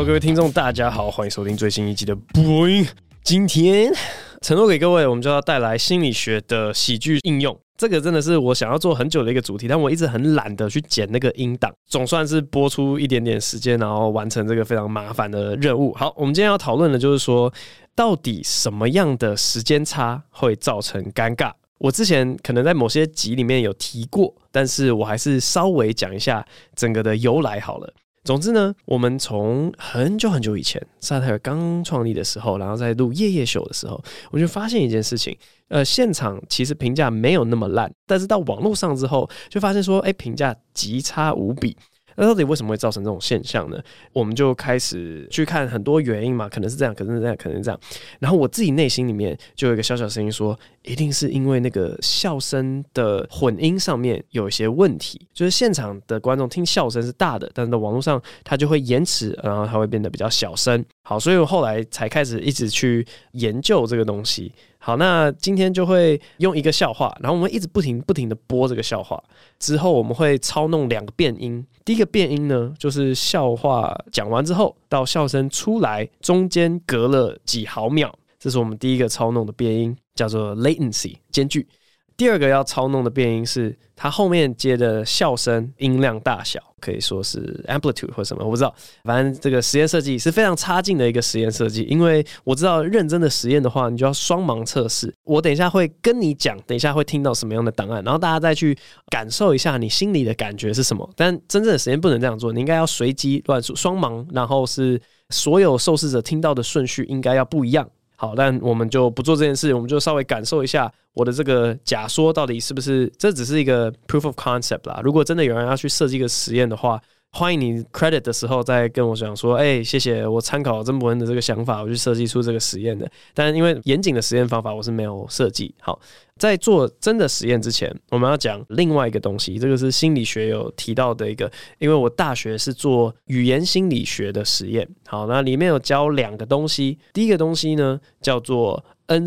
Hello， 各位听众，大家好，欢迎收听最新一集的 Boing。今天承诺给各位，我们就要带来心理学的喜剧应用。这个真的是我想要做很久的一个主题，但我一直很懒得去剪那个音档，总算是播出一点点时间，然后完成这个非常麻烦的任务。好，我们今天要讨论的就是说，到底什么样的时间差会造成尴尬？我之前可能在某些集里面有提过，但是我还是稍微讲一下整个的由来好了。总之呢，我们从很久很久以前，萨泰尔刚创立的时候，然后在录夜夜秀的时候，我就发现一件事情，现场其实评价没有那么烂，但是到网络上之后，就发现说，评价极差无比。那到底为什么会造成这种现象呢？我们就开始去看很多原因嘛，可能是这样，可能是这样，可能是这样。然后我自己内心里面就有一个小小声音说，一定是因为那个笑声的混音上面有一些问题，就是现场的观众听笑声是大的，但是在网络上它就会延迟，然后它会变得比较小声。好，所以我后来才开始一直去研究这个东西。好，那今天就会用一个笑话，然后我们一直不停的播这个笑话，之后我们会操弄2个变音。第一个变音呢，就是笑话讲完之后到笑声出来中间隔了几毫秒，这是我们第一个操弄的变音，叫做 latency 间距。第二个要操弄的变音是它后面接的笑声音量大小，可以说是 amplitude 或什么，我不知道。反正这个实验设计是非常差劲的一个实验设计，因为我知道认真的实验的话，你就要双盲测试。我等一下会跟你讲，等一下会听到什么样的档案，然后大家再去感受一下你心里的感觉是什么。但真正的实验不能这样做，你应该要随机乱数双盲，然后是所有受试者听到的顺序应该要不一样。好，但我们就不做这件事，我们就稍微感受一下我的这个假说到底是不是，这只是一个 proof of concept 啦。如果真的有人要去设计一个实验的话，欢迎你 credit 的时候再跟我讲说，谢谢，我参考曾伯恩的这个想法，我去设计出这个实验的。但因为严谨的实验方法我是没有设计。好，在做真的实验之前，我们要讲另外一个东西，这个是心理学有提到的一个，因为我大学是做语言心理学的实验。好，那里面有教2个东西，第一个东西呢叫做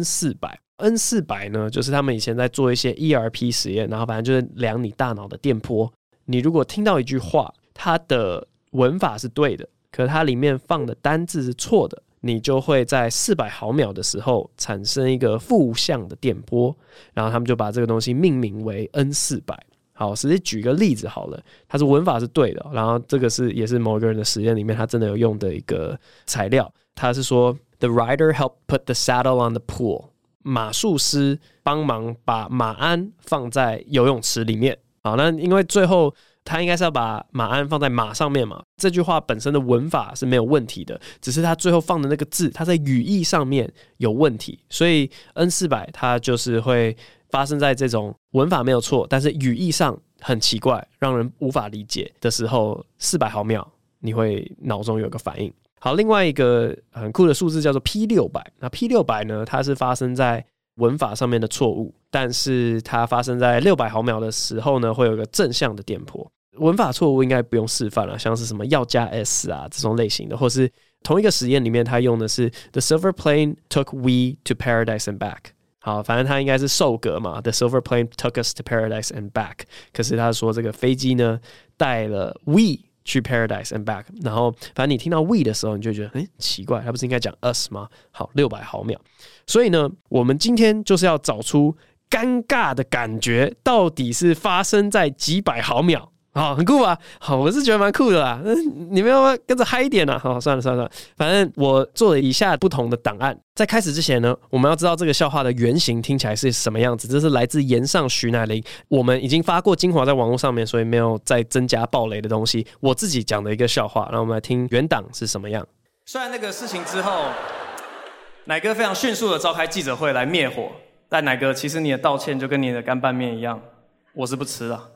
N400。N400 呢，就是他们以前在做一些 ERP 实验，然后反正就是量你大脑的电波。你如果听到一句话，它的文法是对的，可是它里面放的单字是错的，你就会在400毫秒的时候产生一个负向的电波，然后他们就把这个东西命名为 N400。好，实际举个例子好了，它是文法是对的，然后这个也是某一个人的实验里面他真的有用的一个材料，他是说 The rider helped put the saddle on the pool， 马术师帮忙把马鞍放在游泳池里面。好，那因为最后他应该是要把马鞍放在马上面嘛，这句话本身的文法是没有问题的，只是他最后放的那个字，他在语义上面有问题，所以 N400 它就是会发生在这种文法没有错，但是语义上很奇怪，让人无法理解的时候，400毫秒你会脑中有个反应。好，另外一个很酷的数字叫做 P600， 那 P600 呢，它是发生在文法上面的错误，但是它发生在600毫秒的时候呢，会有一个正向的电波。文法错误应该不用示范了，像是什么要加 s 啊这种类型的，或是同一个实验里面他用的是 The silver plane took we to paradise and back。 好，反正他应该是受格嘛， The silver plane took us to paradise and back， 可是他说这个飞机呢带了 we 去 paradise and back， 然后反正你听到 we 的时候，你就觉得奇怪，他不是应该讲 us 吗？好，600毫秒。所以呢，我们今天就是要找出尴尬的感觉到底是发生在几百毫秒。好，很酷吧？好，我是觉得蛮酷的啦。你们要不要跟着嗨一点啊？好，算了，反正我做了以下不同的档案。在开始之前呢，我们要知道这个笑话的原型听起来是什么样子。这是来自岩上徐乃麟，我们已经发过精华在网络上面，所以没有再增加爆雷的东西。我自己讲的一个笑话，让我们来听原档是什么样。 虽然那个事情之后，乃哥非常迅速的召开记者会来灭火，但乃哥，其实你的道歉就跟你的干拌面一样，我是不吃了。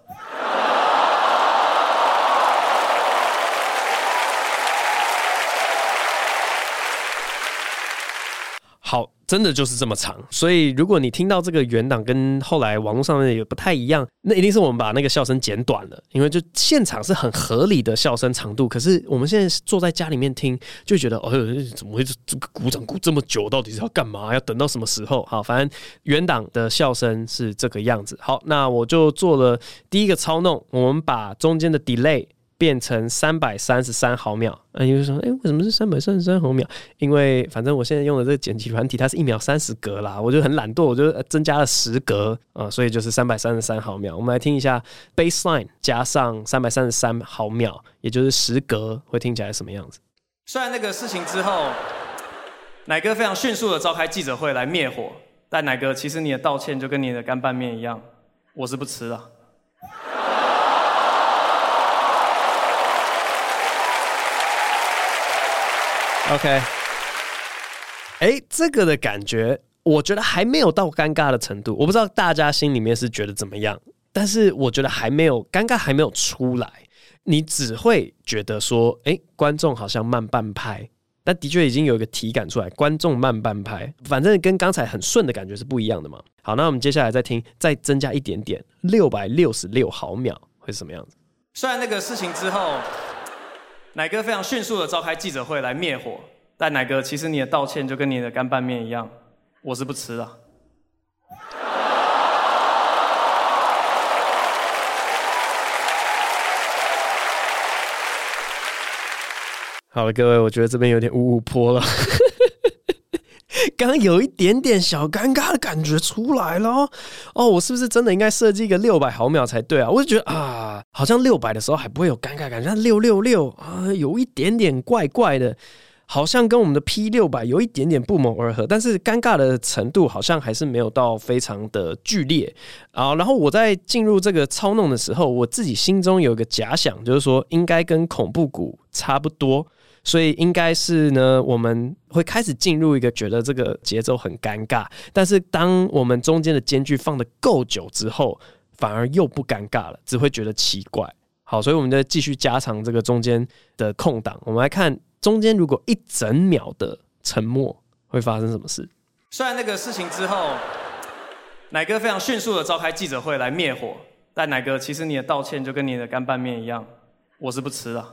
好，真的就是这么长，所以如果你听到这个原档跟后来网络上面也不太一样，那一定是我们把那个笑声剪短了，因为就现场是很合理的笑声长度，可是我们现在坐在家里面听，就觉得怎么会这个鼓掌鼓这么久，到底是要干嘛？要等到什么时候？好，反正原档的笑声是这个样子。好，那我就做了第一个操弄，我们把中间的 delay 变成333毫秒。你就说，为什么是333毫秒？因为反正我现在用的这个剪辑软体，它是1秒30格啦，我就很懒惰，我就增加了10格所以就是333毫秒。我们来听一下 baseline 加上333毫秒，也就是10格，会听起来什么样子？ 虽然那个事情之后，奶哥非常迅速的召开记者会来灭火，但奶哥，其实你的道歉就跟你的干拌面一样，我是不吃的。 OK， 这个的感觉，我觉得还没有到尴尬的程度。我不知道大家心里面是觉得怎么样，但是我觉得还没有尴尬，还没有出来。你只会觉得说，观众好像慢半拍，但的确已经有一个体感出来，观众慢半拍，反正跟刚才很顺的感觉是不一样的嘛。好，那我们接下来再听，再增加一点点，666毫秒会是什么样子？ 虽然那个事情之后，奶哥非常迅速的召开记者会来灭火，但奶哥，其实你的道歉就跟你的干拌面一样，我是不吃的。 好了，各位，我觉得这边有点五五波了。刚刚有一点点小尴尬的感觉出来了我是不是真的应该设计一个600毫秒才对啊？我就觉得好像600的时候还不会有尴尬感觉，但666有一点点怪怪的，好像跟我们的 P600 有一点点不谋而合，但是尴尬的程度好像还是没有到非常的剧烈然后我在进入这个操弄的时候，我自己心中有一个假想，就是说应该跟恐怖谷差不多。所以应该是呢，我们会开始进入一个觉得这个节奏很尴尬，但是当我们中间的间距放得够久之后，反而又不尴尬了，只会觉得奇怪。好，所以我们就继续加长这个中间的空档。我们来看中间如果1整秒的沉默会发生什么事。 虽然那个事情之后，奶哥非常迅速的召开记者会来灭火，但奶哥，其实你的道歉就跟你的干拌面一样，我是不吃的。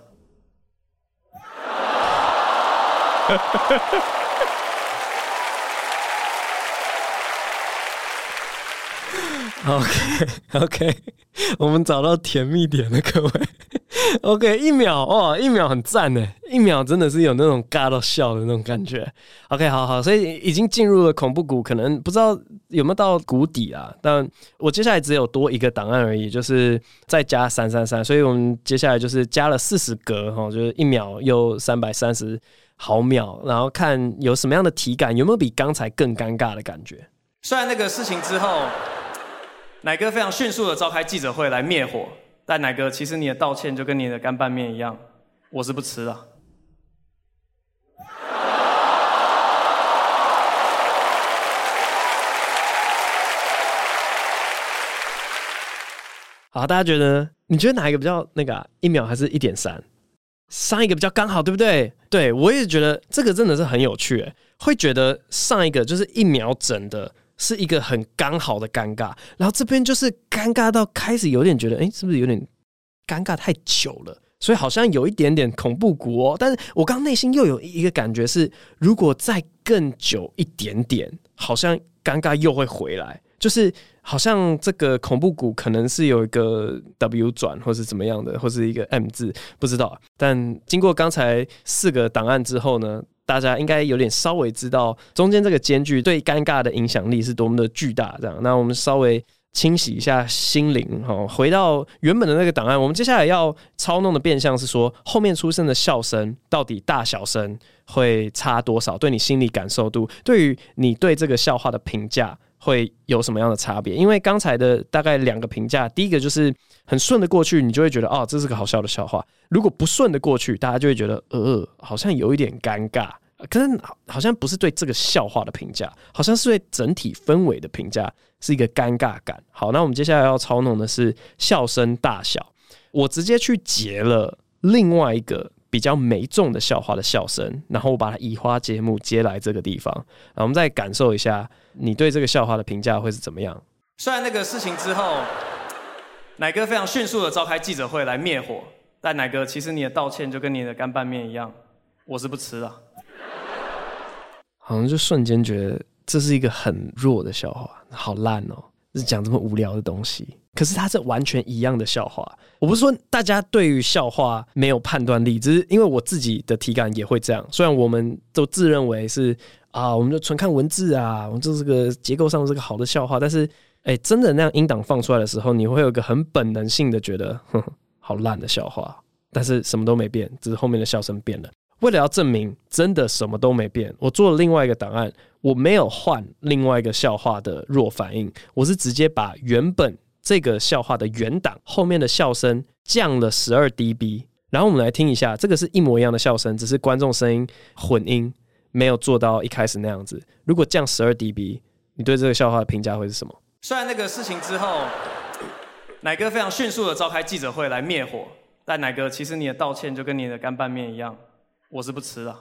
OK， 我们找到甜蜜点了，各位。OK， 1秒1秒很赞耶，1秒真的是有那种尬到笑的那种感觉。OK， 好，所以已经进入了恐怖谷，可能不知道有没有到谷底啊？但我接下来只有多一个档案而已，就是再加333，所以我们接下来就是加了40格就是1秒又330毫秒，然后看有什么样的体感，有没有比刚才更尴尬的感觉？ 虽然那个事情之后，奶哥非常迅速的召开记者会来灭火，但奶哥，其实你的道歉就跟你的干拌面一样，我是不吃的。 好，大家觉得你觉得哪一个比较那个1秒还是1.3？上一个比较刚好，对不对？对，我也觉得这个真的是很有趣会觉得上一个就是1秒整的是一个很刚好的尴尬，然后这边就是尴尬到开始有点觉得是不是有点尴尬太久了，所以好像有一点点恐怖谷但是我刚内心又有一个感觉是，如果再更久一点点，好像尴尬又会回来，就是好像这个恐怖谷可能是有一个 W 转或是怎么样的，或是一个 M 字，不知道。但经过刚才4个档案之后呢，大家应该有点稍微知道中间这个间距对尴尬的影响力是多么的巨大。这样，那我们稍微清洗一下心灵回到原本的那个档案。我们接下来要操弄的变相是说，后面出现的笑声到底大小声会差多少？对你心理感受度，对于你对这个笑话的评价会有什么样的差别？因为刚才的大概2个评价，第一个就是很顺的过去，你就会觉得这是个好笑的笑话；如果不顺的过去，大家就会觉得好像有一点尴尬。可是好像不是对这个笑话的评价，好像是对整体氛围的评价，是一个尴尬感。好，那我们接下来要操弄的是笑声大小。我直接去截了另外一个比较没中的笑话的笑声，然后我把它移花接木接来这个地方，然后我们再感受一下你对这个笑话的评价会是怎么样。 虽然那个事情之后，奶哥非常迅速的召开记者会来灭火，但奶哥，其实你的道歉就跟你的干拌面一样，我是不吃的。 好像就瞬间觉得这是一个很弱的笑话，好烂是讲这么无聊的东西。 可是它是完全一样的笑话。我不是说大家对于笑话没有判断力，只是因为我自己的体感也会这样。虽然我们都自认为是我们就纯看文字啊，我们这是个结构上是个好的笑话，但是真的那样音档放出来的时候，你会有一个很本能性的觉得，好烂的笑话，但是什么都没变，只是后面的笑声变了。为了要证明真的什么都没变，我做了另外一个档案，我没有换另外一个笑话的弱反应，我是直接把原本这个笑话的原档后面的笑声降了12 dB， 然后我们来听一下，这个是一模一样的笑声，只是观众声音混音，没有做到一开始那样子。如果降12 dB， 你对这个笑话的评价会是什么？ 虽然那个事情之后，奶哥非常迅速的召开记者会来灭火，但奶哥，其实你的道歉就跟你的干拌面一样，我是不吃的。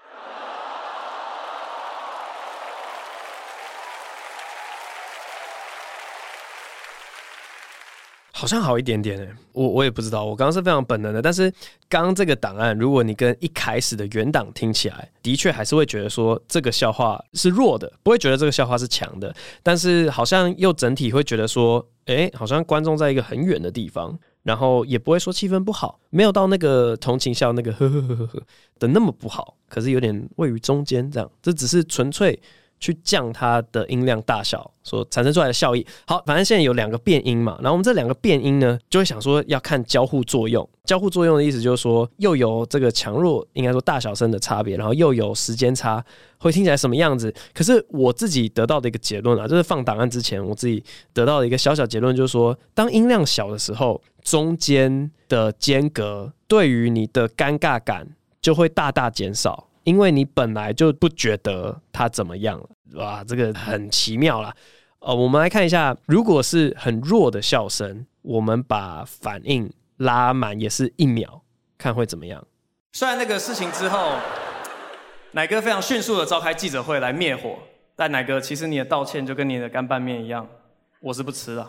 好像好一点点我也不知道，我刚刚是非常本能的，但是刚刚这个档案，如果你跟一开始的原档听起来，的确还是会觉得说这个笑话是弱的，不会觉得这个笑话是强的，但是好像又整体会觉得说，好像观众在一个很远的地方，然后也不会说气氛不好，没有到那个同情笑那个呵呵呵呵呵的那么不好，可是有点位于中间这样，这只是纯粹去降它的音量大小所产生出来的效益。好，反正现在有2个变音嘛，然后我们这2个变音呢，就会想说要看交互作用。交互作用的意思就是说，又有这个强弱，应该说大小声的差别，然后又有时间差，会听起来什么样子。可是我自己得到的一个结论就是放档案之前，我自己得到的一个小小结论就是说，当音量小的时候，中间的间隔对于你的尴尬感就会大大减少。因为你本来就不觉得它怎么样了，哇，这个很奇妙啦。我们来看一下，如果是很弱的笑声，我们把反应拉满也是1秒，看会怎么样。 虽然那个事情之后，奶哥非常迅速的召开记者会来灭火，但奶哥，其实你的道歉就跟你的干拌面一样，我是不吃的。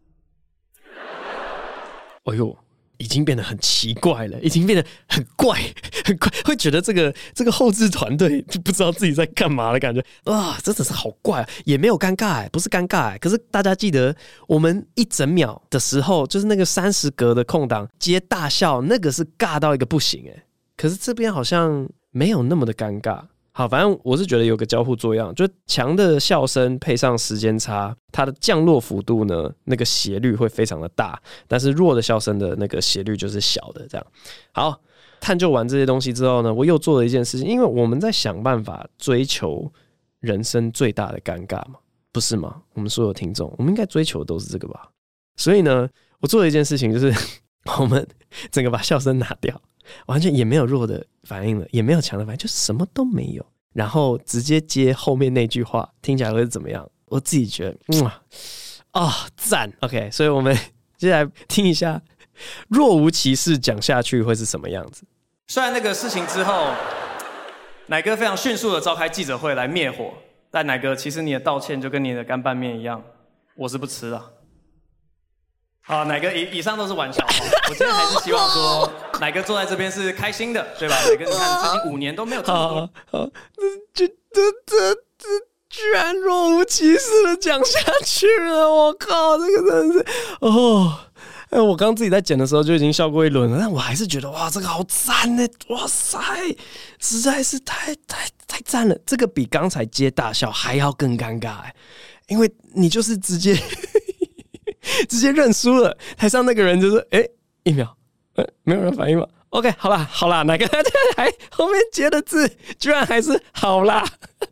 哎呦，已经变得很奇怪了，已经变得很怪，很怪，会觉得这个后制团队就不知道自己在干嘛的感觉啊，真的是好怪也没有尴尬不是尴尬可是大家记得，我们1整秒的时候，就是那个30格的空档接大笑，那个是尬到一个不行可是这边好像没有那么的尴尬。好，反正我是觉得有个交互作用，就强的笑声配上时间差，它的降落幅度呢，那个斜率会非常的大，但是弱的笑声的那个斜率就是小的这样。好，探究完这些东西之后呢，我又做了一件事情，因为我们在想办法追求人生最大的尴尬嘛，不是吗？我们所有听众，我们应该追求的都是这个吧？所以呢，我做了一件事情，就是我们整个把笑声拿掉，完全也没有弱的反应了，也没有强的反应，就什么都没有，然后直接接后面那句话，听起来会是怎么样？我自己觉得，赞 ，OK， 所以我们接下来听一下，若无其事讲下去会是什么样子？ 虽然那个事情之后，奶哥非常迅速的召开记者会来灭火，但奶哥，其实你的道歉就跟你的干拌面一样，我是不吃的。好，奶哥，以上都是玩笑。我今天还是希望说，奶哥坐在这边是开心的，对吧？奶哥，你看最近5年都没有这么多。 好，这居然若无其事的讲下去了，我靠，这个真的是我刚自己在剪的时候就已经笑过一轮了，但我还是觉得哇，这个好赞呢！哇塞，实在是太赞了！这个比刚才接大笑还要更尴尬因为你就是直接认输了，台上那个人就是1秒，没有人反应吗 ？OK， 好啦，哪个还后面接的字居然还是好啦。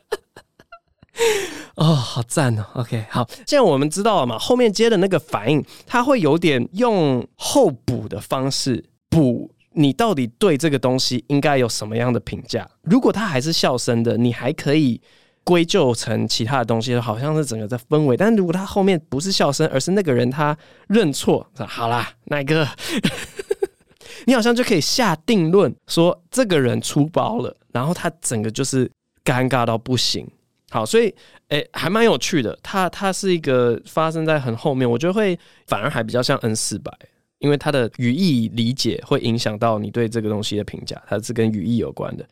好赞哦 ！OK， 好，现在我们知道了嘛，后面接的那个反应，它会有点用后补的方式补你到底对这个东西应该有什么样的评价。如果它还是笑声的，你还可以归咎成其他的东西，好像是整个的氛围。但如果他后面不是笑声，而是那个人他认错，好啦，那个你好像就可以下定论说这个人出包了，然后他整个就是尴尬到不行。好，所以还蛮有趣的。它是一个发生在很后面，我觉得会反而还比较像 N400，因为它的语义理解会影响到你对这个东西的评价，它是跟语义有关的。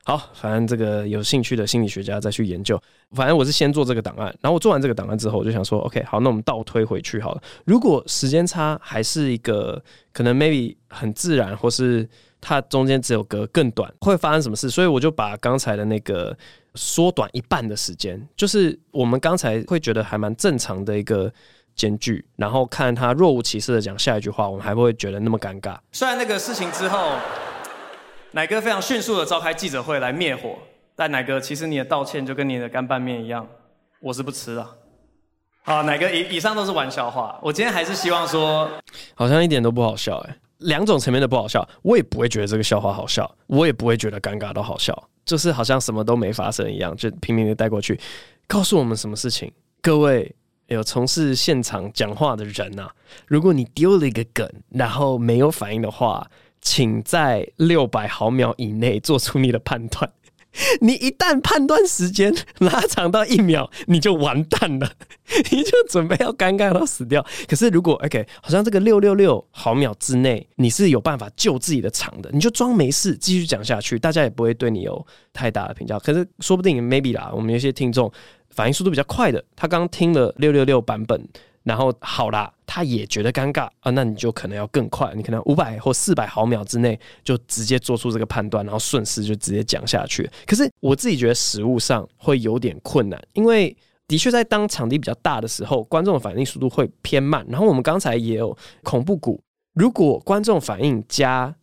好，反正这个有兴趣的心理学家再去研究。反正我是先做这个档案，然后我做完这个档案之后，我就想说 ，OK， 好，那我们倒推回去好了。如果时间差还是一个可能 maybe 很自然，或是它中间只有隔更短，会发生什么事？所以我就把刚才的那个缩短一半的时间，就是我们刚才会觉得还蛮正常的一个间距，然后看他若无其事的讲下一句话，我们还不会觉得那么尴尬。 虽然那个事情之后，奶哥非常迅速的召开记者会来灭火，但奶哥其实你的道歉就跟你的干拌面一样，我是不吃的。好，奶哥以上都是玩笑话，我今天还是希望说， 好像一点都不好笑哎。两种层面的不好笑，我也不会觉得这个笑话好笑，我也不会觉得尴尬到好笑，就是好像什么都没发生一样，就平平的带过去。告诉我们什么事情？各位有从事现场讲话的人啊，如果你丢了一个梗，然后没有反应的话，请在600毫秒以内做出你的判断。你一旦判断时间拉长到1秒，你就完蛋了，你就准备要尴尬到死掉。可是如果 OK， 好像这个666毫秒之内，你是有办法救自己的场的，你就装没事继续讲下去，大家也不会对你有太大的评价。可是说不定 maybe 啦，我们有些听众反应速度比较快的，他刚听了666版本。然后好啦，他也觉得尴尬啊，那你就可能要更快，你可能500或400毫秒之内就直接做出这个判断，然后顺势就直接讲下去。可是我自己觉得实务上会有点困难，因为的确在当场地比较大的时候，观众的反应速度会偏慢。然后我们刚才也有恐怖谷，如果观众反应加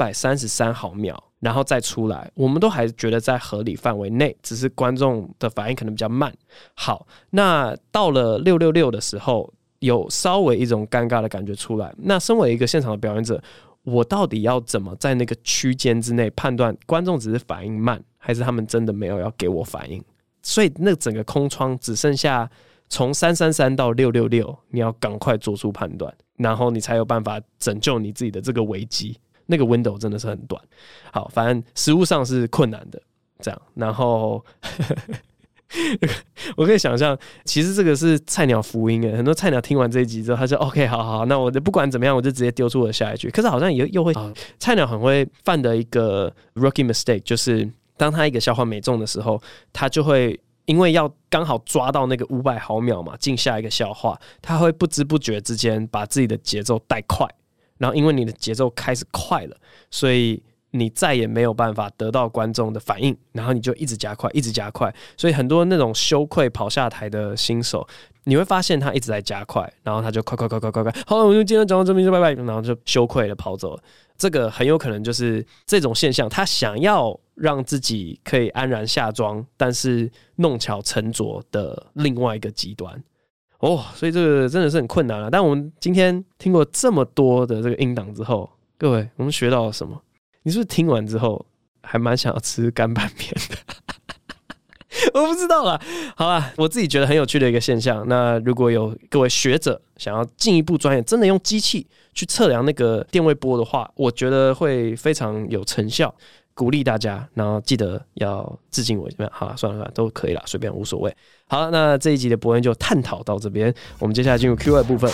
333毫秒。然后再出来，我们都还觉得在合理范围内，只是观众的反应可能比较慢。好，那到了666的时候，有稍微一种尴尬的感觉出来。那身为一个现场的表演者，我到底要怎么在那个区间之内判断观众只是反应慢，还是他们真的没有要给我反应？所以那整个空窗只剩下从333到666，你要赶快做出判断，然后你才有办法拯救你自己的这个危机。那个 window 真的是很短。好，反正实务上是困难的，这样。然后我可以想象，其实这个是菜鸟福音诶，很多菜鸟听完这一集之后，他就 OK， 好，那我不管怎么样，我就直接丢出我的下一句。可是好像又会菜鸟很会犯的一个 rookie mistake， 就是当他一个笑话没中的时候，他就会因为要刚好抓到那个500毫秒嘛，进下一个笑话，他会不知不觉之间把自己的节奏带快。然后因为你的节奏开始快了，所以你再也没有办法得到观众的反应，然后你就一直加快，一直加快。所以很多那种羞愧跑下台的新手，你会发现他一直在加快，然后他就快，好，我就今天讲到这边就拜拜，然后就羞愧的跑走了。这个很有可能就是这种现象，他想要让自己可以安然下庄，但是弄巧成拙的另外一个极端。所以这个真的是很困难了。但我们今天听过这么多的这个音档之后，各位，我们学到了什么？你是不是听完之后还蛮想要吃干拌面的？我不知道啦。好啦，我自己觉得很有趣的一个现象。那如果有各位学者想要进一步专业，真的用机器去测量那个电位波的话，我觉得会非常有成效。鼓励大家，然后记得要致敬我，怎么样？好了，算了，都可以了，随便无所谓。好了，那这一集的伯恩就探讨到这边，我们接下来进入 Q&A 部分。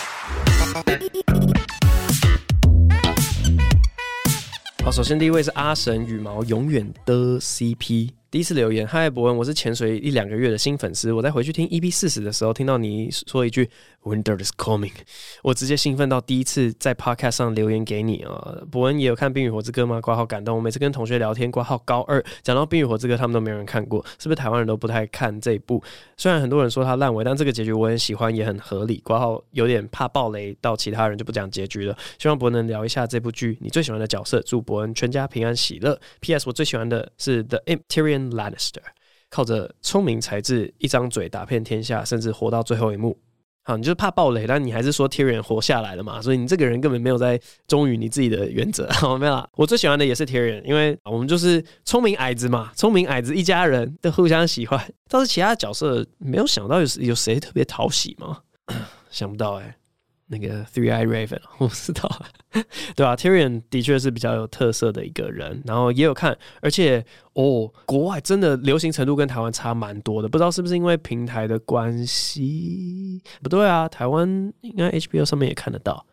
好，首先第一位是阿神羽毛永远的 CP。第一次留言，嗨伯恩，我是潜水1-2个月的新粉丝，我在回去听 EP40 的时候，听到你说一句 Winter is coming， 我直接兴奋到第一次在 Podcast 上留言给你啊。伯恩也有看《冰与火之歌》吗？括号感动，我每次跟同学聊天，括号高2讲到《冰与火之歌》，他们都没有人看过，是不是台湾人都不太看这一部？虽然很多人说它烂尾，但这个结局我很喜欢，也很合理。括号有点怕爆雷到其他人，就不讲结局了。希望伯恩能聊一下这部剧你最喜欢的角色，祝伯恩全家平安喜乐。PS 我最喜欢的是 The Tyrion Lannister， 靠着聪明才智，一张嘴打遍天下，甚至活到最后一幕。好，你就怕爆雷，但你还是说 Tyrion 活下来了嘛？所以你这个人根本没有在忠于你自己的原则。好，没有啦，我最喜欢的也是 Tyrion， 因为我们就是聪明矮子嘛，聪明矮子一家人都互相喜欢。倒是其他角色没有想到有谁特别讨喜吗？想不到那个 Three-Eyed Raven 我不知道对吧？Tyrion 的确是比较有特色的一个人，然后也有看，而且国外真的流行程度跟台湾差蛮多的，不知道是不是因为平台的关系？不对啊，台湾应该 HBO 上面也看得到。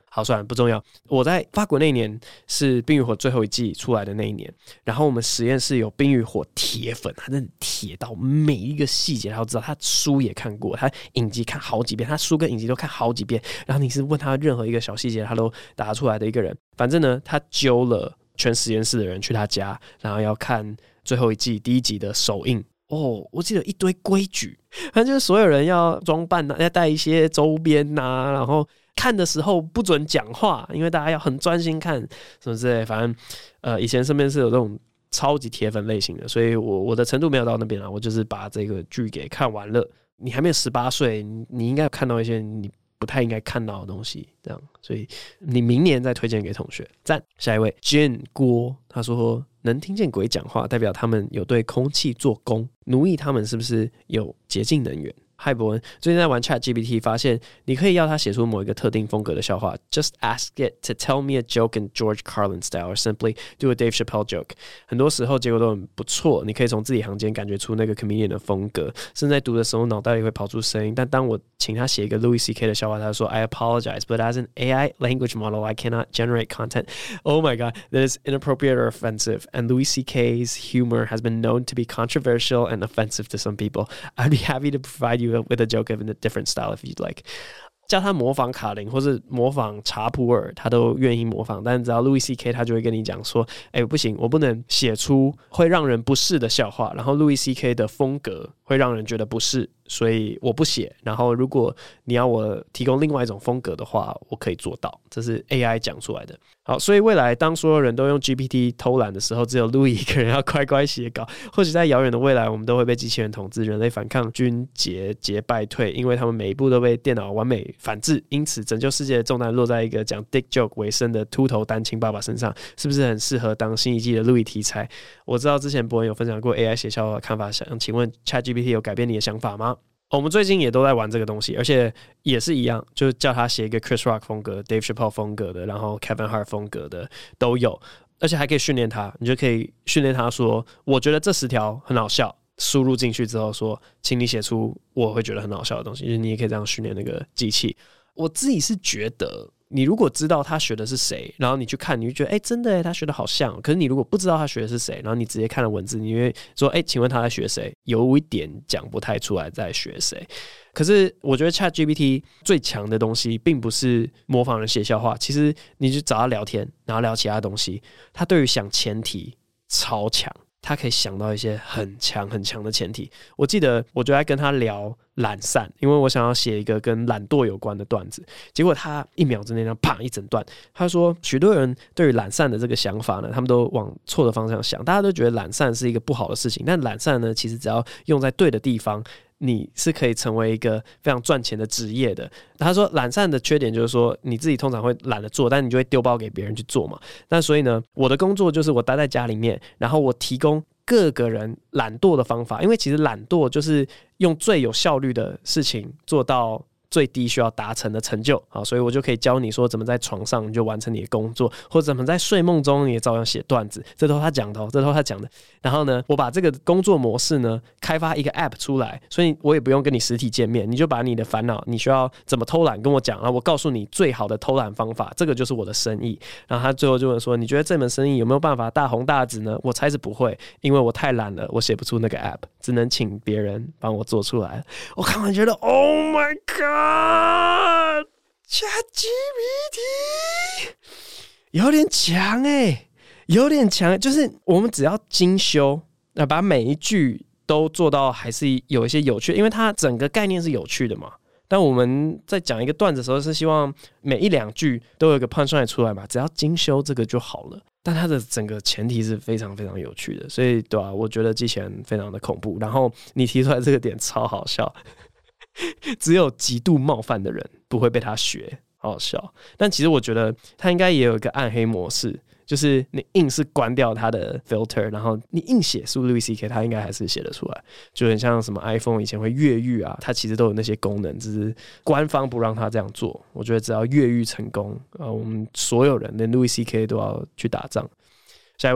好，算了，不重要。我在法国那一年是《冰与火》最后一季出来的那一年，然后我们实验室有《冰与火》铁粉，他真的铁到每一个细节他都知道，他书也看过，他影集看好几遍，他书跟影集都看好几遍，然后你是问他任何一个小细节他都答出来的一个人。反正呢，他揪了全实验室的人去他家，然后要看最后一季第1集的首映。我记得一堆规矩，反正就是所有人要装扮要带一些周边然后看的时候不准讲话，因为大家要很专心看什么之类。反正以前身边是有这种超级铁粉类型的，所以我的程度没有到那边啦，我就是把这个剧给看完了。你还没有18岁，你应该有看到一些你不太应该看到的东西，这样，所以你明年再推荐给同学。赞。下一位 Jin 郭，他说能听见鬼讲话，代表他们有对空气做工，奴役他们是不是有洁净能源？嗨，伯文，最近在玩 ChatGPT， 发现你可以要它写出某一个特定风格的笑话。Just ask it to tell me a joke in George Carlin style, or simply do a Dave Chappelle joke。很多时候结果都很不错，你可以从字里行间感觉出那个 comedian 的风格，甚至在读的时候脑袋里会跑出声音。但当我请他写一个 Louis C.K. 的笑话，他说 I apologize, but as an AI language model, I cannot generate content. Oh my god, that is inappropriate or offensive. And Louis C.K.'s humor has been known to be controversial and offensive to some people. I'd be happy to provide you with a joke in a different style if you'd like。 叫他模仿卡林或是模仿查普尔，他都愿意模仿，但只要 Louis C.K. 他就会跟你讲说，不行，我不能写出会让人不适的笑话，然后 Louis C.K. 的风格会让人觉得不适，所以我不写。然后如果你要我提供另外一种风格的话，我可以做到。这是 AI 讲出来的。好，所以未来当所有人都用 GPT 偷懒的时候，只有 Louis 一个人要乖乖写稿。或许在遥远的未来，我们都会被机器人统治，人类反抗军节败退，因为他们每一步都被电脑完美反制。因此，拯救世界的重担落在一个讲 dick joke 为生的秃头单亲爸爸身上，是不是很适合当新一季的 Louis 题材？我知道之前伯恩有分享过 AI 写笑话的看法，想请问 ChatGPT 有改变你的想法吗？我们最近也都在玩这个东西，而且也是一样，就叫他写一个 Chris Rock 风格、Dave Chappelle 风格的，然后 Kevin Hart 风格的都有，而且还可以训练他，你就可以训练他说，我觉得这10条很好笑，输入进去之后说，请你写出我会觉得很好笑的东西，就是你也可以这样训练那个机器。我自己是觉得，你如果知道他学的是谁，然后你去看，你就觉得真的他学的好像。可是你如果不知道他学的是谁，然后你直接看了文字，你会说请问他在学谁？有一点讲不太出来在学谁。可是我觉得 ChatGPT 最强的东西并不是模仿人写笑话，其实你就找他聊天，然后聊其他东西，他对于想前提超强，他可以想到一些很强很强的前提。我记得我就在跟他聊懒散，因为我想要写一个跟懒惰有关的段子，结果他1秒之内啪一整段，他说许多人对于懒散的这个想法呢，他们都往错的方向想，大家都觉得懒散是一个不好的事情，但懒散呢，其实只要用在对的地方，你是可以成为一个非常赚钱的职业的。他说懒散的缺点就是说你自己通常会懒得做，但你就会丢包给别人去做嘛。那所以呢，我的工作就是我待在家里面，然后我提供各个人懒惰的方法，因为其实懒惰就是用最有效率的事情做到最低需要达成的成就。好，所以我就可以教你说怎么在床上你就完成你的工作，或者怎么在睡梦中你也照样写段子。这都是他讲的，这都是他讲的。然后呢，我把这个工作模式呢开发一个 app 出来，所以我也不用跟你实体见面，你就把你的烦恼，你需要怎么偷懒跟我讲，然后我告诉你最好的偷懒方法，这个就是我的生意。然后他最后就问说，你觉得这门生意有没有办法大红大紫呢？我猜是不会，因为我太懒了，我写不出那个 app， 只能请别人帮我做出来。我看完觉得 Oh my God， ChatGPT 有点强有点强，就是我们只要精修，把每一句都做到还是有一些有趣，因为它整个概念是有趣的嘛。但我们在讲一个段子的时候，是希望每1-2句都有一个 punchline 出来嘛，只要精修这个就好了。但它的整个前提是非常非常有趣的，所以对啊，我觉得机器人非常的恐怖。然后你提出来这个点超好笑，只有极度冒犯的人不会被他学，好好笑。但其实我觉得它应该也有一个暗黑模式，就是你硬是关掉它的 filter， 然后你硬写出 Louis C.K. 它应该还是写得出来，就很像什么 iPhone 以前会越狱啊，它其实都有那些功能，只是官方不让它这样做。我觉得只要越狱成功，我们所有人连 Louis C.K. 都要去打仗。下一位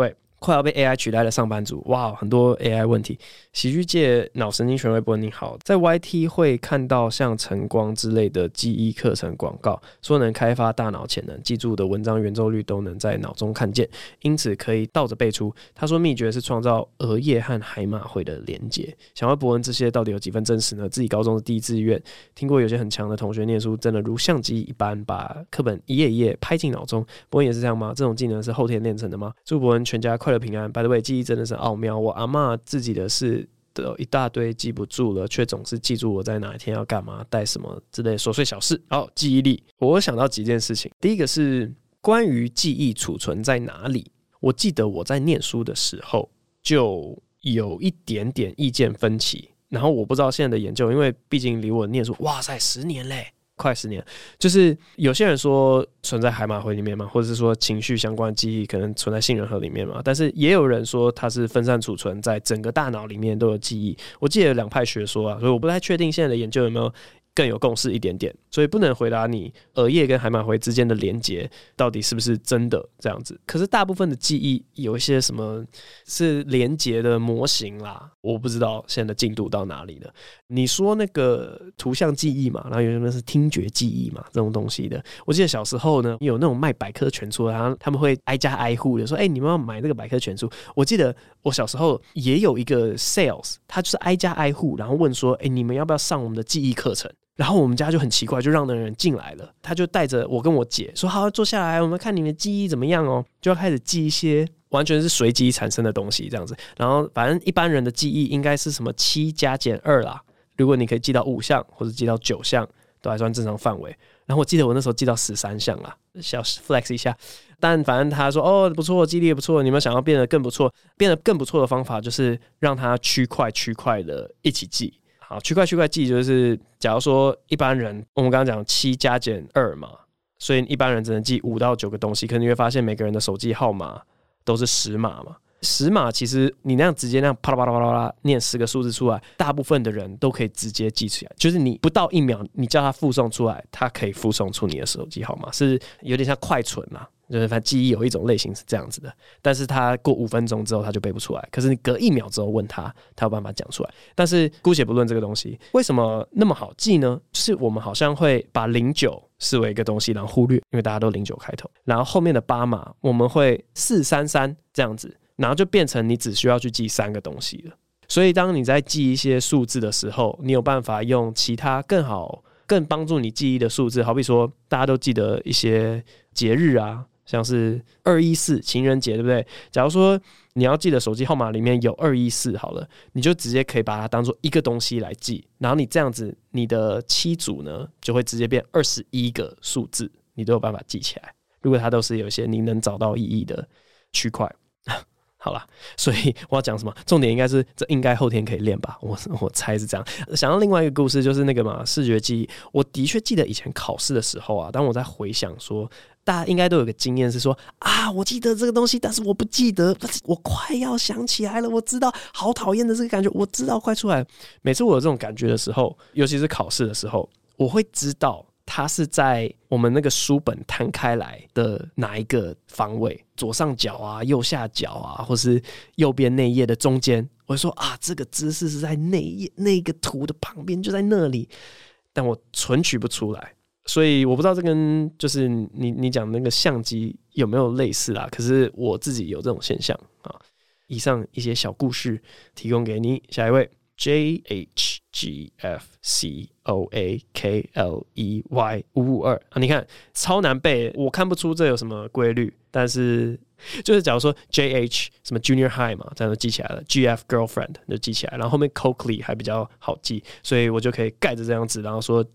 快要被 AI 取代的上班族，哇，很多 AI 问题。喜剧界脑神经权威伯恩你好，在 YT 会看到像晨光之类的记忆课程广告，说能开发大脑潜能，记住的文章圆周率都能在脑中看见，因此可以倒着背出。他说秘诀是创造额叶和海马回的连结。想问伯恩这些到底有几分真实呢？自己高中的第一志愿，听过有些很强的同学念书真的如相机一般把课本一页一页拍进脑中，伯恩也是这样吗？这种技能是后天练成的吗？祝伯恩全家快乐平安。By the way， 记忆真的是奥妙，我阿嬷自己的事一大堆记不住了，却总是记住我在哪一天要干嘛带什么之类的琐碎小事。记忆力，我想到几件事情。第一个是关于记忆储存在哪里，我记得我在念书的时候就有一点点意见分歧，然后我不知道现在的研究，因为毕竟离我念书哇塞10年嘞，快10年，就是有些人说存在海马回里面嘛，或者是说情绪相关的记忆可能存在杏仁核里面嘛，但是也有人说它是分散储存在整个大脑里面都有记忆。我记得有2派学说啊，所以我不太确定现在的研究有没有更有共识一点点，所以不能回答你额叶跟海马回之间的连结到底是不是真的这样子。可是大部分的记忆有一些什么是连结的模型啦，我不知道现在的进度到哪里了。你说那个图像记忆嘛，然后有什么是听觉记忆嘛，这种东西的。我记得小时候呢，有那种卖百科全书，然后他们会挨家挨户的说：“你们要买那个百科全书。”我记得我小时候也有一个 sales， 他就是挨家挨户，然后问说：“你们要不要上我们的记忆课程？”然后我们家就很奇怪，就让那个人进来了，他就带着我跟我姐说：“好，坐下来，我们看你们的记忆怎么样哦。”就要开始记一些完全是随机产生的东西，这样子。然后反正一般人的记忆应该是什么7加减2啦，如果你可以记到5项或者记到9项，都还算正常范围。然后我记得我那时候记到13项啦，小 flex 一下。但反正他说：“不错，记忆力也不错，你们想要变得更不错，变得更不错的方法就是让它区块的一起记。”好，区块记就是假如说一般人我们刚刚讲7加减2嘛，所以一般人只能记5到9个东西，可是你会发现每个人的手机号码都是10码嘛。10码其实你那样直接那样啪啦啪啦啪啦啪啦念10个数字出来，大部分的人都可以直接记起来，就是你不到1秒你叫他附送出来，他可以附送出你的手机号码，是有点像快存啦。就是反正记忆有一种类型是这样子的，但是他过5分钟之后他就背不出来，可是你隔1秒之后问他，他有办法讲出来。但是姑且不论这个东西为什么那么好记呢，就是我们好像会把09视为一个东西然后忽略，因为大家都09开头，然后后面的8码我们会433这样子，然后就变成你只需要去记3个东西了。所以当你在记一些数字的时候，你有办法用其他更帮助你记忆的数字，好比说大家都记得一些节日啊，像是214情人节，对不对？假如说你要记得手机号码里面有214好了，你就直接可以把它当做一个东西来记，然后你这样子你的7组呢就会直接变21个数字，你都有办法记起来。如果它都是有一些你能找到意义的区块。好啦，所以我要讲什么？重点应该是这应该后天可以练吧，我猜是这样。想到另外一个故事，就是那个嘛视觉记忆。我的确记得以前考试的时候啊，当我在回想说，大家应该都有个经验是说啊，我记得这个东西，但是我不记得，我快要想起来了，我知道好讨厌的这个感觉，我知道快出来了。每次我有这种感觉的时候，尤其是考试的时候，我会知道它是在我们那个书本摊开来的哪一个方位，左上角啊、右下角啊，或是右边内页的中间。我会说啊，这个姿势是在内页那个图的旁边，就在那里，但我存取不出来。所以我不知道这跟就是你讲那个相机有没有类似啦，可是我自己有这种现象啊。以上一些小故事提供给你，下一位。JHGFCOAKLEY552你看超难背，我看不出这有什么规律，但是就是假如说 JH 什么 Junior High 嘛，这样就记起来了， GF Girlfriend 就记起来，然后后面 Coakley 还比较好记，所以我就可以盖着这样子，然后说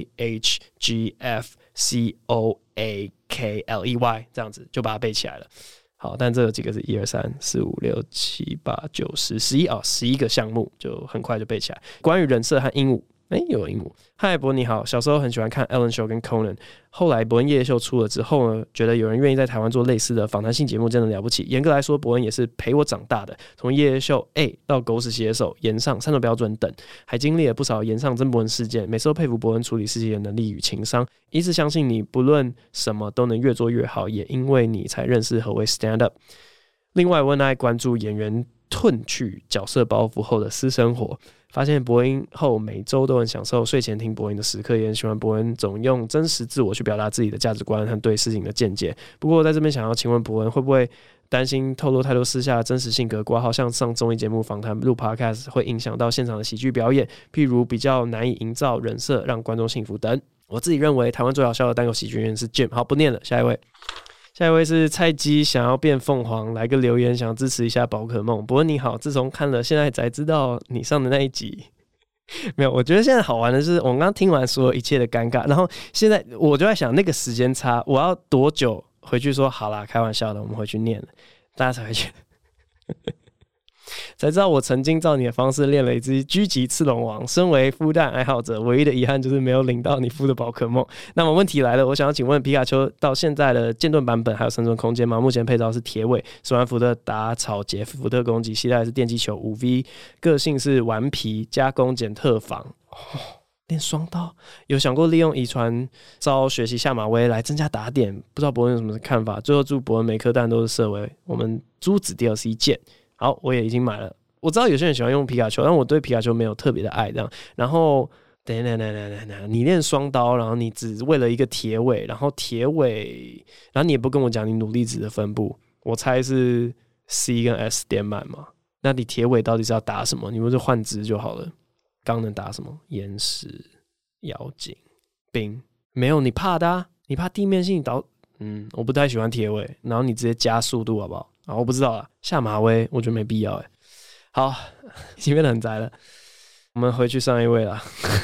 JHGFCOAKLEY 这样子就把它背起来了。好，但这有几个是1、2、3、4、5、6、7、8、9、10、11啊，11个项目就很快就背起来。关于人设和鹦鹉，有鹦鹉。嗨，伯恩你好，小时候很喜欢看 Ellen Show 跟 Conan， 后来伯恩夜秀出了之后呢，觉得有人愿意在台湾做类似的访谈性节目真的了不起。严格来说，伯恩也是陪我长大的，从夜秀 A 到狗屎写手、炎上、3种标准等，还经历了不少炎上曾伯恩事件。每次都佩服伯恩处理事情的能力与情商，一直相信你不论什么都能越做越好，也因为你才认识何为 stand up。 另外，我很爱关注演员褪去角色包袱后的私生活，发现伯恩后每周都很享受睡前听伯恩的时刻，也很喜欢伯恩总用真实自我去表达自己的价值观和对事情的见解。不过在这边想要请问伯恩，会不会担心透露太多私下的真实性格，括号像上综艺节目访谈录 podcast 会影响到现场的喜剧表演，譬如比较难以营造人设让观众幸福等。我自己认为台湾最好笑的单口喜剧演员是 Jim。 好，不念了，下一位是菜鸡想要变凤凰，来个留言想支持一下宝可梦。伯恩你好，自从看了现在才知道你上的那一集没有，我觉得现在好玩的是我们刚刚听完所有一切的尴尬，然后现在我就在想那个时间差，我要多久回去说好啦开玩笑的，我们回去念了，大家才会觉得才知道我曾经照你的方式练了一只狙击刺龙王。身为孵蛋爱好者，唯一的遗憾就是没有领到你孵的宝可梦。那么问题来了，我想要请问皮卡丘到现在的剑盾版本还有生存空间吗？目前配招是铁尾，手环福特打草节，福特攻击，携带是电击球 5V， 个性是顽皮，加攻减特防。练双刀，有想过利用遗传招学习下马威来增加打点？不知道伯恩有什么看法？最后祝伯恩每颗蛋都是色威。我们珠子 DLC 见。好，我也已经买了。我知道有些人喜欢用皮卡丘，但我对皮卡丘没有特别的爱这样。然后等，你练双刀，然后你只为了一个铁尾，然后你也不跟我讲你努力值的分布，我猜是 C 跟 S 点满嘛？那你铁尾到底是要打什么？你不是换值就好了？刚能打什么？岩石、妖精、冰，没有你怕的啊？你怕地面性导？我不太喜欢铁尾，然后你直接加速度好不好？我不知道啦，下马威我觉得没必要好，已经变得很宅了，我们回去上一位啦。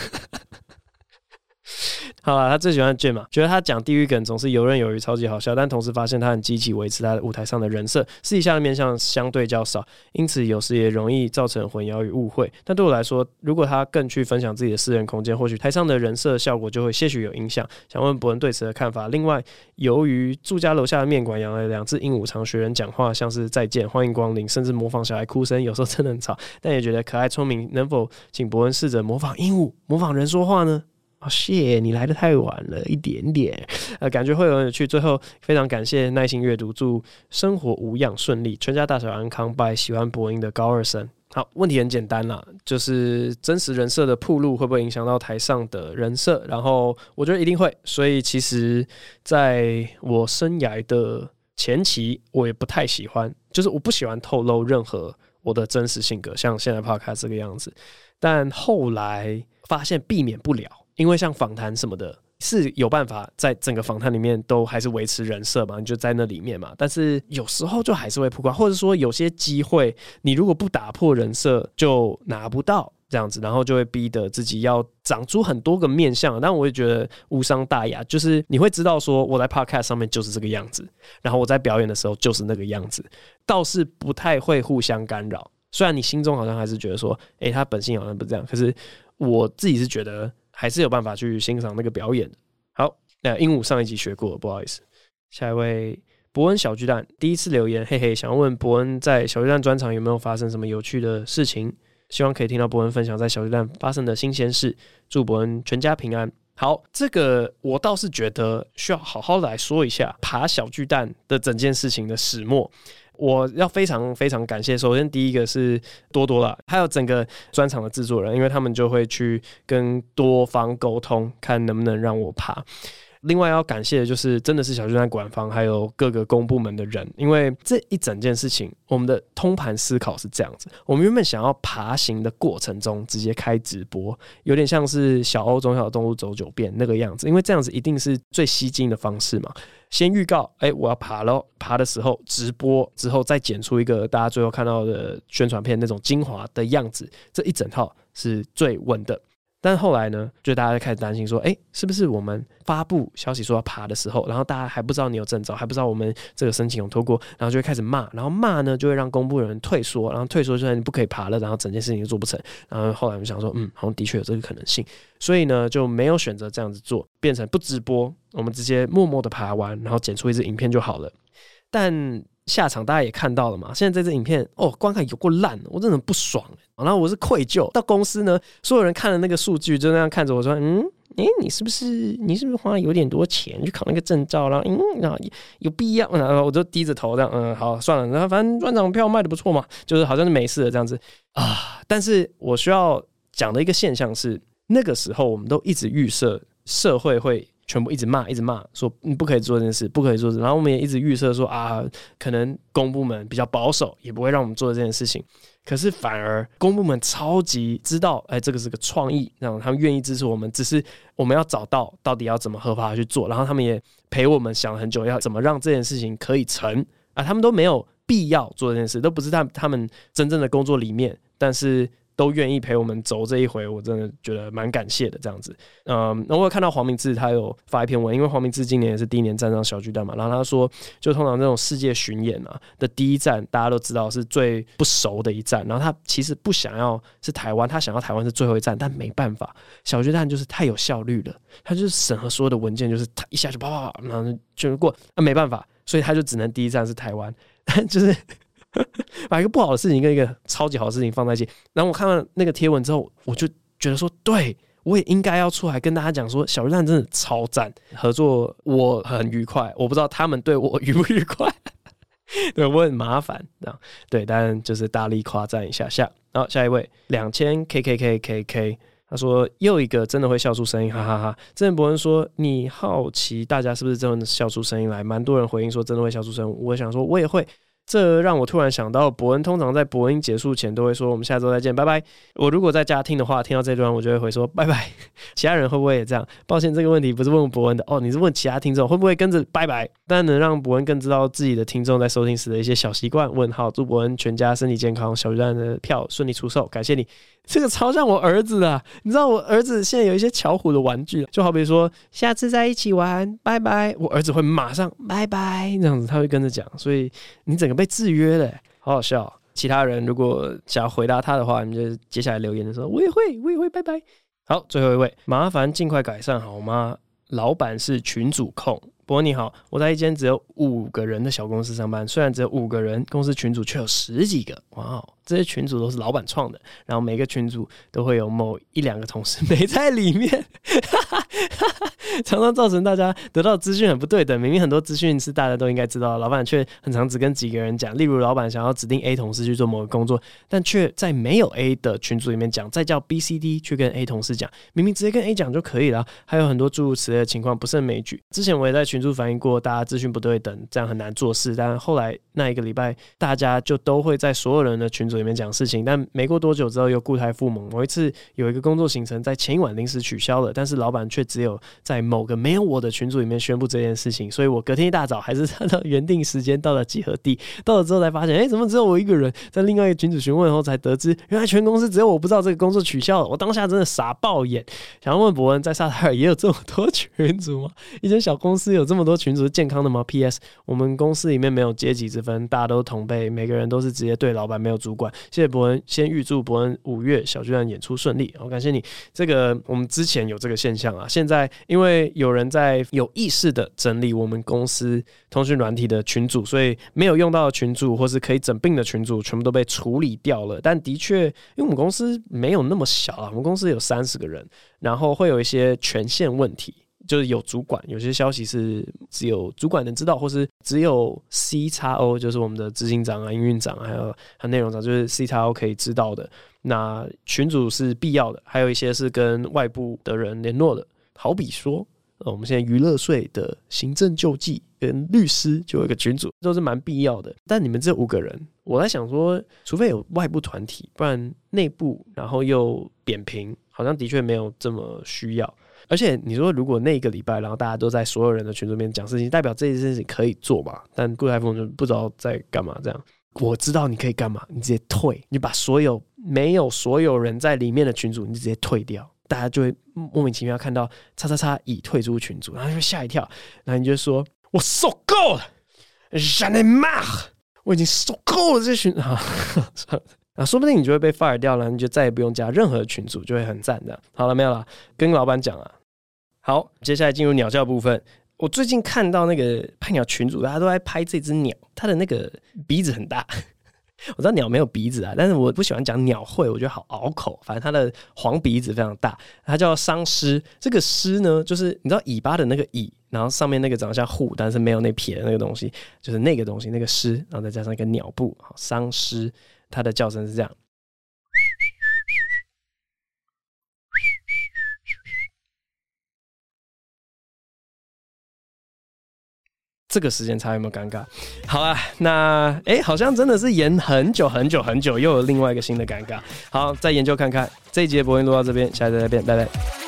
好啦，他最喜欢 Jim 嘛，觉得他讲地狱梗总是游刃有余，超级好笑，但同时发现他很积极维持他的舞台上的人设，私底下的面向相对较少，因此有时也容易造成混淆与误会。但对我来说，如果他更去分享自己的私人空间，或许台上的人设效果就会些许有影响。想问伯恩对此的看法。另外，由于住家楼下的面馆养了2只鹦鹉，常学人讲话，像是再见、欢迎光临，甚至模仿小孩哭声，有时候真的很吵，但也觉得可爱聪明。能否请伯恩试着模仿鹦鹉、模仿人说话呢？谢你来得太晚了一点点，感觉会很有趣。最后非常感谢耐心阅读，祝生活无恙顺利，全家大小安康。拜喜欢播音的高二生。好，问题很简单啦，就是真实人设的暴露会不会影响到台上的人设？然后我觉得一定会，所以其实在我生涯的前期，我也不太喜欢，就是我不喜欢透露任何我的真实性格，像现在 Podcast 这个样子。但后来发现避免不了。因为像访谈什么的是有办法在整个访谈里面都还是维持人设嘛，你就在那里面嘛，但是有时候就还是会曝光，或者说有些机会你如果不打破人设就拿不到这样子，然后就会逼得自己要长出很多个面向。但我也觉得无伤大雅，就是你会知道说我在 podcast 上面就是这个样子，然后我在表演的时候就是那个样子，倒是不太会互相干扰。虽然你心中好像还是觉得说他本性好像不这样，可是我自己是觉得还是有办法去欣赏那个表演的。好，那鹦鹉上一集学过了，不好意思。下一位伯恩小巨蛋第一次留言，嘿嘿，想要问伯恩在小巨蛋专场有没有发生什么有趣的事情，希望可以听到伯恩分享在小巨蛋发生的新鲜事，祝伯恩全家平安。好，这个我倒是觉得需要好好来说一下爬小巨蛋的整件事情的始末。我要非常非常感谢，首先第一个是多多啦，还有整个专场的制作人，因为他们就会去跟多方沟通，看能不能让我爬。另外要感谢的就是真的是小巨蛋馆方还有各个公部门的人，因为这一整件事情我们的通盘思考是这样子，我们原本想要爬行的过程中直接开直播，有点像是小欧中小动物走9遍那个样子，因为这样子一定是最吸睛的方式嘛。先预告我要爬咯，爬的时候直播之后再剪出一个大家最后看到的宣传片那种精华的样子，这一整套是最稳的。但后来呢，就大家开始担心说是不是我们发布消息说要爬的时候，然后大家还不知道你有证照，还不知道我们这个申请有通过，然后就会开始骂，然后骂呢就会让公部人退缩，然后退缩就算你不可以爬了，然后整件事情就做不成。然后后来我们想说好像的确有这个可能性，所以呢就没有选择这样子做，变成不直播，我们直接默默的爬完，然后剪出一支影片就好了。但下场大家也看到了嘛，现在这支影片观看有够烂，我真的很不爽然后我是愧疚，到公司呢所有人看了那个数据就那样看着我说你是不是花了有点多钱去考那个证照，然后有必要？然后我就低着头这样，好算了，然后反正专场票卖的不错嘛，就是好像是没事的这样子啊。但是我需要讲的一个现象是，那个时候我们都一直预设社会会全部一直骂，说你不可以做这件事，不可以做这，然后我们也一直预设说可能公部门比较保守，也不会让我们做这件事情。可是反而公部门超级知道，这个是个创意，让他们愿意支持我们，只是我们要找到底要怎么合法去做，然后他们也陪我们想了很久，要怎么让这件事情可以成他们都没有必要做这件事，都不是他们真正的工作里面，但是都愿意陪我们走这一回，我真的觉得蛮感谢的这样子。我有看到黄明志他有发一篇文，因为黄明志今年也是第一年站上小巨蛋嘛，然后他说，就通常这种世界巡演的第一站，大家都知道是最不熟的一站，然后他其实不想要是台湾，他想要台湾是最后一站，但没办法，小巨蛋就是太有效率了，他就是审核所有的文件，就是他一下就啪，然后就过，没办法，所以他就只能第一站是台湾，就是把一个不好的事情跟一个超级好的事情放在一起。然后我看到那个贴文之后，我就觉得说，对，我也应该要出来跟大家讲说，小巨蛋真的超赞，合作我很愉快，我不知道他们对我愉不愉快对，我很麻烦这样，对，但就是大力夸赞一下下。好，下一位2000KKKKK，他说又一个真的会笑出声音，哈哈哈。之前伯恩说你好奇大家是不是真的笑出声音来，蛮多人回应说真的会笑出声音，我想说我也会。这让我突然想到，伯恩通常在伯恩结束前都会说我们下周再见，拜拜。我如果在家听的话，听到这段我就会回说拜拜。其他人会不会也这样？抱歉，这个问题不是问伯恩的你是问其他听众会不会跟着拜拜？但能让伯恩更知道自己的听众在收听时的一些小习惯。问号，祝伯恩全家身体健康，小巨蛋的票顺利出售，感谢你。这个超像我儿子的你知道我儿子现在有一些巧虎的玩具，就好比说下次再一起玩，拜拜，我儿子会马上拜拜这样子，他会跟着讲，所以你整个被制约了，好好笑。其他人如果想要回答他的话，你就接下来留言的时候，我也会拜拜。好，最后一位，麻烦尽快改善好吗？老板是群组控。伯恩你好，我在一间只有5个人的小公司上班，虽然只有5个人，公司群组却有10几个，哇，这些群组都是老板创的，然后每个群组都会有某1-2个同事没在里面常常造成大家得到资讯很不对等，明明很多资讯是大家都应该知道的，老板却很常只跟几个人讲，例如老板想要指定 A 同事去做某个工作，但却在没有 A 的群组里面讲，再叫 B、C、D 去跟 A 同事讲，明明直接跟 A 讲就可以了，还有很多诸如此类的情况不胜枚举。之前我也在群组反映过大家资讯不对等，这样很难做事，但后来那一个礼拜大家就都会在所有人的群组里面讲事情，但没过多久之后又故态复萌。某一次有一个工作行程在前一晚临时取消了，但是老板却只有在某个没有我的群组里面宣布这件事情，所以我隔天一大早还是按照原定时间到了集合地，到了之后才发现怎么只有我一个人，在另外一个群组询问后才得知原来全公司只有我不知道这个工作取消了，我当下真的傻爆眼。想要问伯恩，在沙特尔也有这么多群组吗？一间小公司有这么多群组是健康的吗？ PS 我们公司里面没有阶级之分，大家都同辈，每个人都是直接对老板，没有主管。谢谢伯恩，先预祝伯恩5月小巨蛋演出顺利，好，感谢你。这个我们之前有这个现象现在因为有人在有意识的整理我们公司通讯软体的群组，所以没有用到的群组或是可以整并的群组全部都被处理掉了。但的确因为我们公司没有那么小我们公司有30个人，然后会有一些权限问题，就是有主管，有些消息是只有主管能知道，或是只有 CXO 就是我们的执行长营运长还有内容长，就是 CXO 可以知道的。那群组是必要的，还有一些是跟外部的人联络的，好比说我们现在娱乐税的行政救济跟律师就有一个群组，都是蛮必要的。但你们这5个人，我在想说除非有外部团体，不然内部然后又扁平，好像的确没有这么需要。而且你说如果那个礼拜然后大家都在所有人的群组里面讲事情，代表这件事情可以做嘛？但顾台峰就不知道在干嘛这样。我知道你可以干嘛，你直接退，你把没有所有人在里面的群组你就直接退掉，大家就会莫名其妙看到叉叉叉已退出群组，然后就会吓一跳，然后你就说我受够了 j'en ai marre， 我已经受够了这群说不定你就会被 fire 掉了，你就再也不用加任何群组，就会很赞的。好了没有啦，跟老板讲了。好，接下来进入鸟叫部分。我最近看到那个拍鸟群组，大家都在拍这只鸟，它的那个鼻子很大我知道鸟没有鼻子啊，但是我不喜欢讲鸟喙，我觉得好拗口。反正它的黄鼻子非常大，它叫商狮。这个狮呢，就是你知道尾巴的那个尾，然后上面那个长得像虎，但是没有那撇的那个东西，就是那个东西，那个狮，然后再加上一个鸟部，商狮，它的叫声是这样。这个时间差有没有尴尬？好啊，那好像真的是延很久很久很久，又有另外一个新的尴尬。好，再研究看看。这一集的播音录到这边，下一集再见，拜拜。